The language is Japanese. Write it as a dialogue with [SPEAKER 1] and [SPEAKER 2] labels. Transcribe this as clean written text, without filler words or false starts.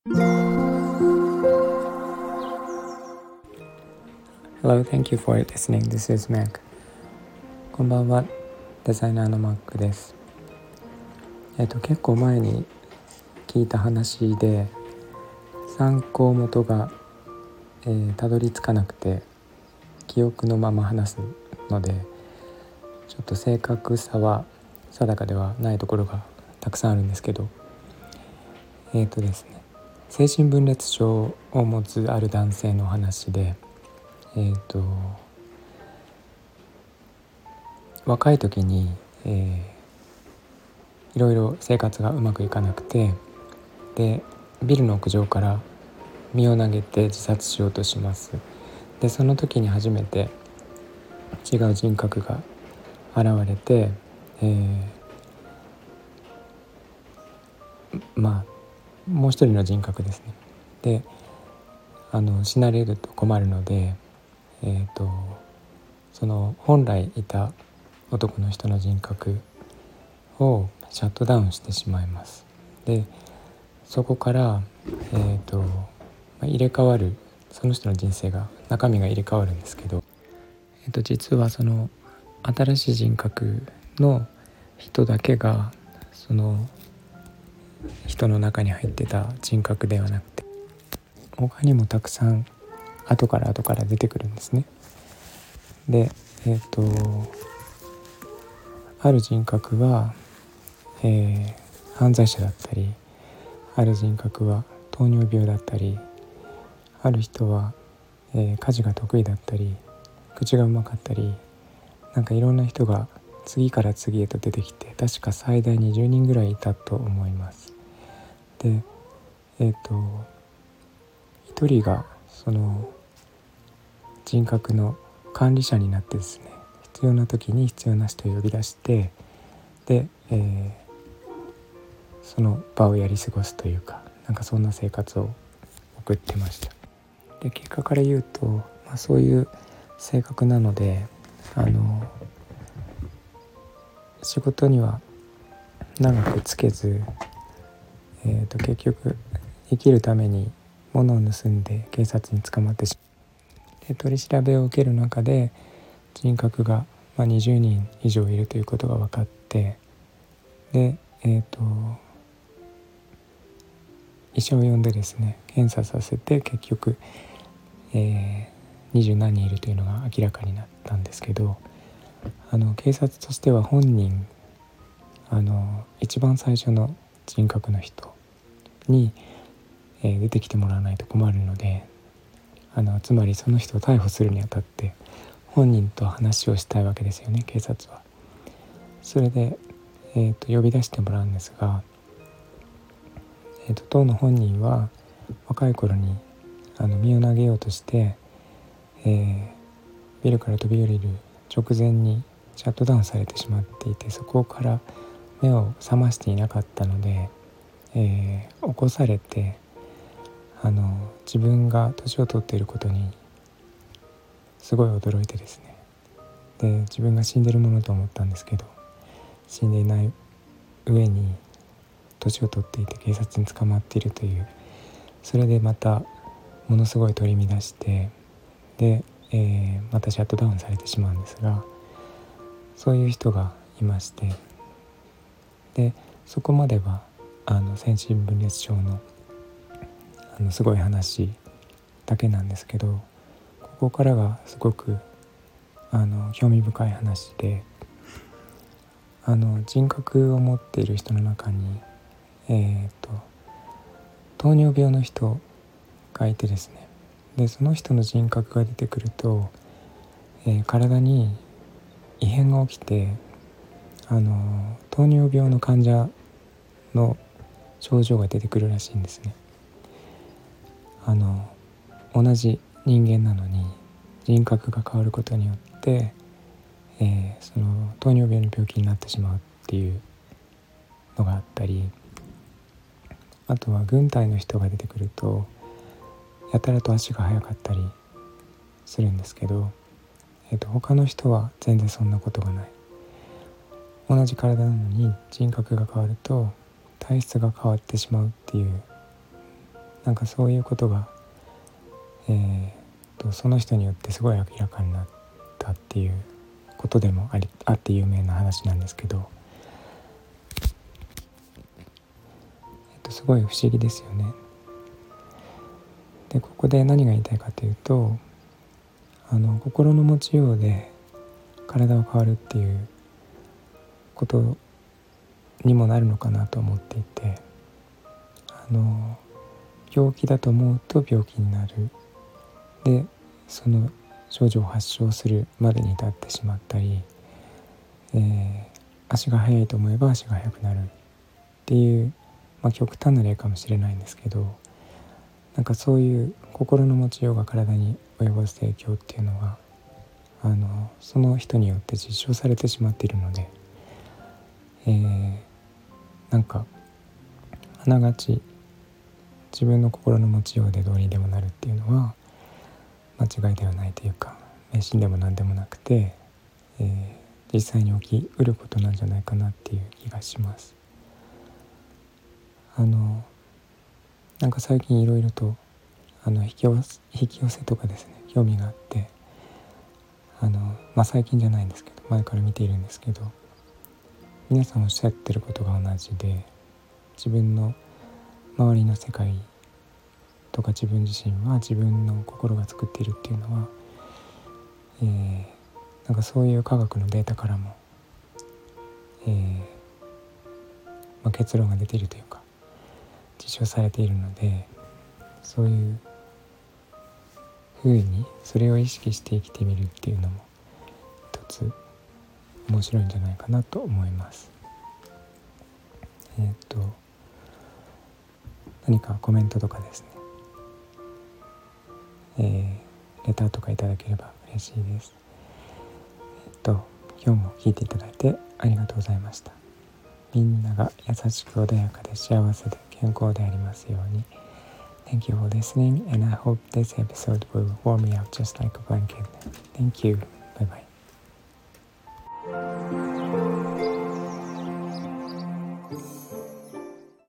[SPEAKER 1] Hello, thank you for listening. This is Mac. こんばんは、デザイナーの Mac です。結構前に聞いた話で参考元が、たどり着かなくて記憶のまま話すのでちょっと正確さは定かではないところがたくさんあるんですけど、ですね、精神分裂症を持つある男性の話で、若い時に、いろいろ生活がうまくいかなくて、でビルの屋上から身を投げて自殺しようとします。でその時に初めて違う人格が現れて、もう一人の人格ですね。で死なれると困るので、その本来いた男の人の人格をシャットダウンしてしまいます。でそこから、入れ替わる、その人の人生が中身が入れ替わるんですけど、実はその新しい人格の人だけがその人の中に入ってた人格ではなくて、他にもたくさん後から出てくるんですね。である人格は、犯罪者だったり、ある人格は糖尿病だったり、ある人は、家事が得意だったり、口がうまかったり、なんかいろんな人が次から次へと出てきて、確か最大20人ぐらいいたと思います。で一人がその人格の管理者になってですね、必要な時に必要な人を呼び出して、で、その場をやり過ごすというか、なんかそんな生活を送ってました。で結果から言うと、そういう性格なので仕事には長くつけず、結局生きるために物を盗んで警察に捕まってしまう。で取り調べを受ける中で人格が、20人以上いるということが分かって、で医者を呼んでですね、検査させて結局、20何人いるというのが明らかになったんですけど、警察としては本人、一番最初の人格の人に、出てきてもらわないと困るので、つまりその人を逮捕するにあたって本人と話をしたいわけですよね、警察は。それで、呼び出してもらうんですが、当の本人は若い頃に身を投げようとして、ビルから飛び降りる直前にシャットダウンされてしまっていて、そこから目を覚ましていなかったので、起こされて自分が年を取っていることにすごい驚いてですね、で自分が死んでるものと思ったんですけど、死んでいない上に年を取っていて警察に捕まっているという、それでまたものすごい取り乱して、で、またシャットダウンされてしまうんですが、そういう人がいまして、でそこまでは精神分裂症のすごい話だけなんですけど、ここからがすごく興味深い話で、人格を持っている人の中に、糖尿病の人がいてですね、でその人の人格が出てくると、体に異変が起きて、糖尿病の患者の症状が出てくるらしいんですね。同じ人間なのに人格が変わることによって、その糖尿病の病気になってしまうっていうのがあったり、あとは軍隊の人が出てくるとやたらと足が速かったりするんですけど、他の人は全然そんなことがない。同じ体なのに人格が変わると体質が変わってしまうっていうなんかそういうことが、その人によってすごい明らかになったっていうことでもあって有名な話なんですけど、すごい不思議ですよね。でここで何が言いたいかというと、心の持ちようで体は変わるっていうことにもなるのかなと思っていて、病気だと思うと病気になる。でその症状を発症するまでに至ってしまったり、足が速いと思えば足が速くなるっていう、極端な例かもしれないんですけど、なんかそういう心の持ちようが体に及ぼす影響っていうのはその人によって実証されてしまっているので、なんかあながち自分の心の持ちようでどうにでもなるっていうのは間違いではないというか、迷信でも何でもなくて、実際に起きうることなんじゃないかなっていう気がします。なんか最近いろいろと引き寄せとかですね、興味があって、最近じゃないんですけど前から見ているんですけど、皆さんおっしゃってることが同じで、自分の周りの世界とか自分自身は自分の心が作っているっていうのは、なんかそういう科学のデータからも、結論が出ているというか実証されているので、そういうふうにそれを意識して生きてみるっていうのも一つ面白いんじゃないかなと思います。何かコメントとかですね、レターとかいただければ嬉しいです。今日も聞いていただいてありがとうございました。みんなが優しく穏やかで幸せで健康でありますように。Thank you for listening, and I hope this episode will warm me up just like a blanket. Thank you.